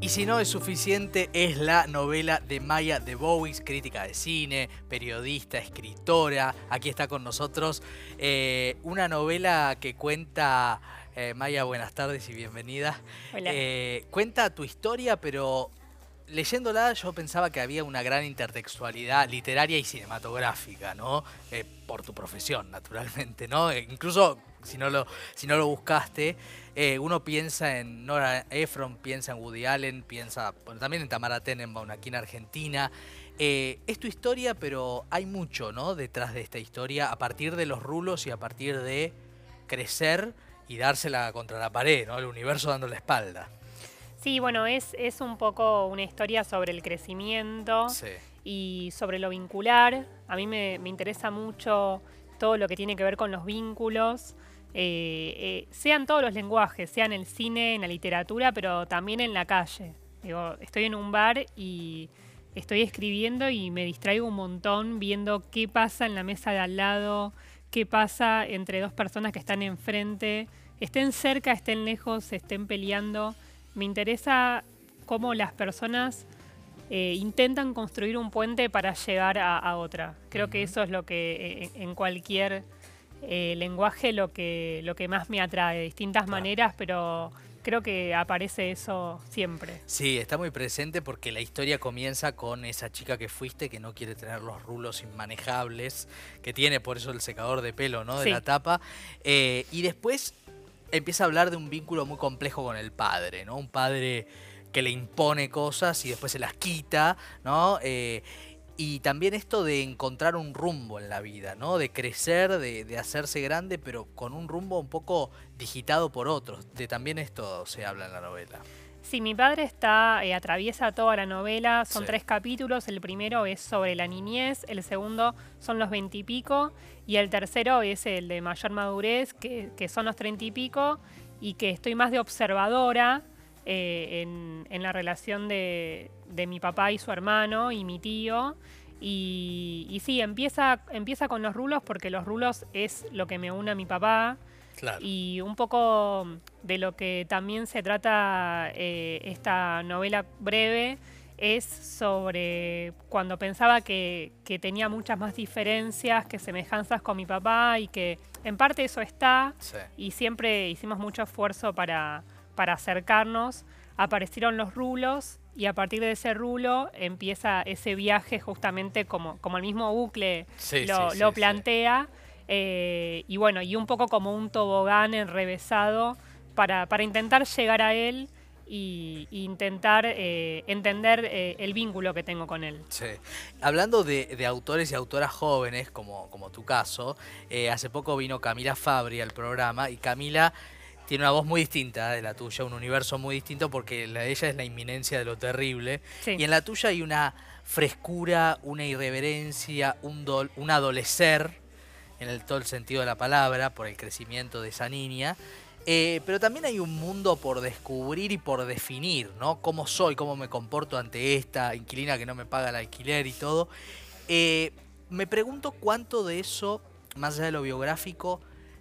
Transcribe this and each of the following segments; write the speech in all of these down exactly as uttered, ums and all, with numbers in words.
Y si no es suficiente, es la novela de Maya Debois, crítica de cine, periodista, escritora. Aquí está con nosotros eh, una novela que cuenta... Eh, Maya, buenas tardes y bienvenida. Hola. Eh, cuenta tu historia, pero leyéndola yo pensaba que había una gran intertextualidad literaria y cinematográfica, ¿no? Eh, por tu profesión, naturalmente, ¿no? Eh, incluso si no lo, si no lo buscaste, eh, uno piensa en Nora Ephron, piensa en Woody Allen, piensa bueno, también en Tamara Tenenbaum aquí en Argentina. Eh, es tu historia, pero hay mucho, ¿no? Detrás de esta historia, a partir de los rulos y a partir de crecer y dársela contra la pared, ¿no? El universo dando la espalda. Sí, bueno, es, es un poco una historia sobre el crecimiento Sí. y sobre lo vincular. A mí me, me interesa mucho todo lo que tiene que ver con los vínculos, eh, eh, sean todos los lenguajes, sea en el cine, en la literatura, pero también en la calle. Digo, estoy en un bar y estoy escribiendo y me distraigo un montón viendo qué pasa en la mesa de al lado, qué pasa entre dos personas que están enfrente, estén cerca, estén lejos, estén peleando. Me interesa cómo las personas eh, intentan construir un puente para llegar a, a otra. Creo uh-huh. que eso es lo que eh, en cualquier eh, lenguaje lo que, lo que más me atrae, de distintas claro. maneras, pero creo que aparece eso siempre. Sí, está muy presente porque la historia comienza con esa chica que fuiste que no quiere tener los rulos inmanejables, que tiene por eso el secador de pelo, ¿no? De sí. la tapa. Eh, y después empieza a hablar de un vínculo muy complejo con el padre, ¿no? Un padre que le impone cosas y después se las quita, ¿no? Eh, y también esto de encontrar un rumbo en la vida, ¿no? De crecer, de, de hacerse grande, pero con un rumbo un poco digitado por otros. De también esto se habla en la novela. Sí, mi padre está eh, atraviesa toda la novela, son sí. tres capítulos, el primero es sobre la niñez, el segundo son los veintipico y el tercero es el de mayor madurez, que, que son los treinta y pico y que estoy más de observadora eh, en, en la relación de, de mi papá y su hermano y mi tío. Y, y sí, empieza, empieza con los rulos porque los rulos es lo que me une a mi papá. Claro. Y un poco de lo que también se trata eh, esta novela breve es sobre cuando pensaba que, que tenía muchas más diferencias que semejanzas con mi papá y que en parte eso está sí. y siempre hicimos mucho esfuerzo para, para acercarnos. Aparecieron los rulos y a partir de ese rulo empieza ese viaje justamente como, como el mismo bucle sí, lo, sí, lo sí, plantea. Sí. Eh, y bueno, y un poco como un tobogán enrevesado para, para intentar llegar a él y, y intentar eh, entender eh, el vínculo que tengo con él. Sí. Hablando de, de autores y autoras jóvenes, como, como tu caso, eh, hace poco vino Camila Fabri al programa y Camila tiene una voz muy distinta de la tuya, un universo muy distinto porque la de ella es la inminencia de lo terrible. Sí. Y en la tuya hay una frescura, una irreverencia, un, do, un adolecer, en el, todo el sentido de la palabra, por el crecimiento de esa niña. Eh, pero también hay un mundo por descubrir y por definir, ¿no? Cómo soy, cómo me comporto ante esta inquilina que no me paga el alquiler y todo. Eh, me pregunto cuánto de eso, más allá de lo biográfico,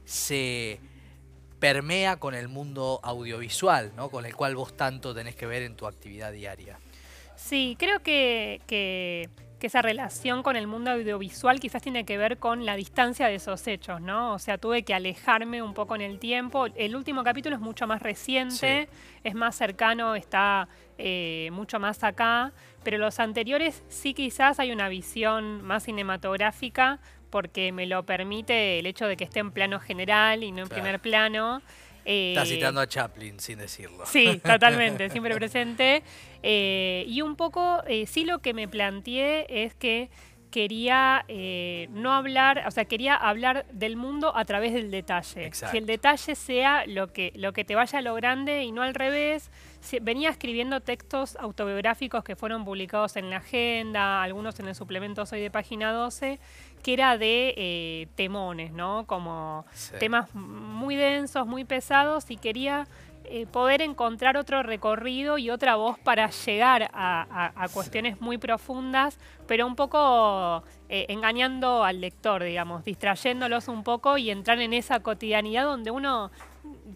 se permea con el mundo audiovisual, ¿no? Con el cual vos tanto tenés que ver en tu actividad diaria. Sí, creo que... que... que esa relación con el mundo audiovisual quizás tiene que ver con la distancia de esos hechos, ¿no? O sea, tuve que alejarme un poco en el tiempo. El último capítulo es mucho más reciente, sí. es más cercano, está eh, mucho más acá, pero los anteriores sí quizás hay una visión más cinematográfica porque me lo permite el hecho de que esté en plano general y no en claro. primer plano. Eh, Estás citando a Chaplin, sin decirlo. Sí, totalmente, siempre presente. Eh, y un poco, eh, sí lo que me planteé es que quería eh, no hablar, o sea, quería hablar del mundo a través del detalle. Exacto. Que el detalle sea lo que, lo que te vaya a lo grande y no al revés. Venía escribiendo textos autobiográficos que fueron publicados en La Agenda, algunos en el suplemento Soy de Página doce, que era de eh, temones, ¿no? Como sí. temas muy densos, muy pesados, y quería eh, poder encontrar otro recorrido y otra voz para llegar a, a, a cuestiones sí. muy profundas, pero un poco eh, engañando al lector, digamos, distrayéndolos un poco y entrar en esa cotidianidad donde uno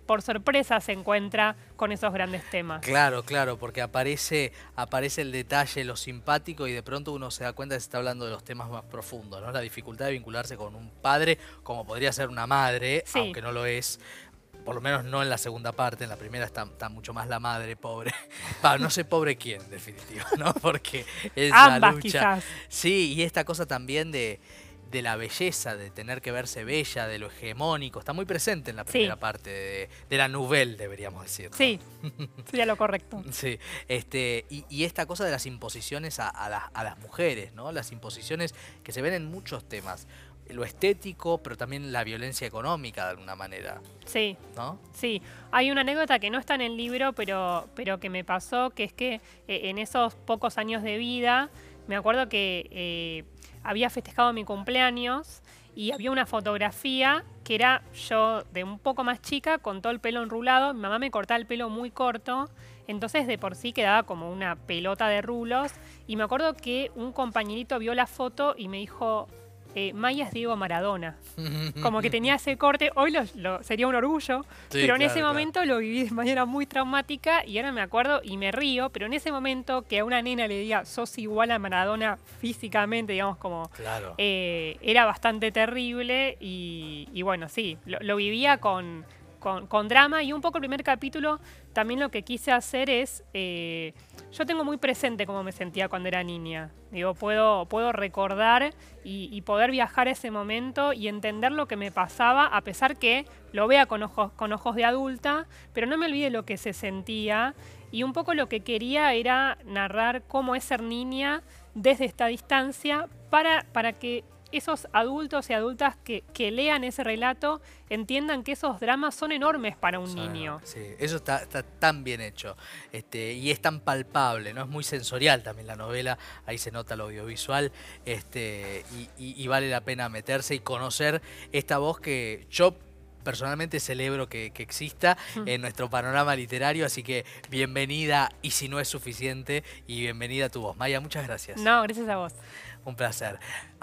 por sorpresa se encuentra con esos grandes temas. Claro, claro, porque aparece, aparece el detalle, lo simpático, y de pronto uno se da cuenta que se está hablando de los temas más profundos, ¿no? La dificultad de vincularse con un padre, como podría ser una madre, Sí. aunque no lo es. Por lo menos no en la segunda parte, en la primera está, está mucho más la madre, pobre. Va, no sé pobre quién, en definitiva, ¿no? Porque es Ambas, la lucha. quizás. Sí, y esta cosa también de, de la belleza, de tener que verse bella, de lo hegemónico, está muy presente en la primera Sí. parte, de, de la nouvelle, deberíamos decir, ¿no? Sí, sería lo correcto. Sí, este, y, y esta cosa de las imposiciones a, a, las, a las mujeres, ¿no? Las imposiciones que se ven en muchos temas. Lo estético, pero también la violencia económica de alguna manera, Sí. ¿no? Sí, hay una anécdota que no está en el libro, pero, pero que me pasó, que es que eh, en esos pocos años de vida, me acuerdo que eh, había festejado mi cumpleaños y había una fotografía que era yo de un poco más chica, con todo el pelo enrulado. Mi mamá me cortaba el pelo muy corto, entonces de por sí quedaba como una pelota de rulos. Y me acuerdo que un compañerito vio la foto y me dijo... Eh, Maya es Diego Maradona. Como que tenía ese corte. Hoy lo, lo, sería un orgullo, Sí, pero en claro, ese claro. momento lo viví de manera muy traumática y ahora me acuerdo y me río, pero en ese momento que a una nena le diga sos igual a Maradona físicamente, digamos, como Claro. eh, era bastante terrible y, y bueno, sí, lo, lo vivía con, con, con drama. Y un poco el primer capítulo también lo que quise hacer es, eh, yo tengo muy presente cómo me sentía cuando era niña. Digo, puedo, puedo recordar y, y poder viajar a ese momento y entender lo que me pasaba, a pesar que lo vea con ojos, con ojos de adulta, pero no me olvide lo que se sentía. Y un poco lo que quería era narrar cómo es ser niña desde esta distancia para, para que esos adultos y adultas que, que lean ese relato entiendan que esos dramas son enormes para un Sí, niño. Sí, eso está, está tan bien hecho, este, y es tan palpable, ¿no? Es muy sensorial también la novela, ahí se nota lo audiovisual, este, y, y- y vale la pena meterse y conocer esta voz que yo personalmente celebro que, que exista en nuestro panorama literario, así que bienvenida, y si no es suficiente, y bienvenida a tu voz. Maya, muchas gracias. No, gracias a vos. Un placer.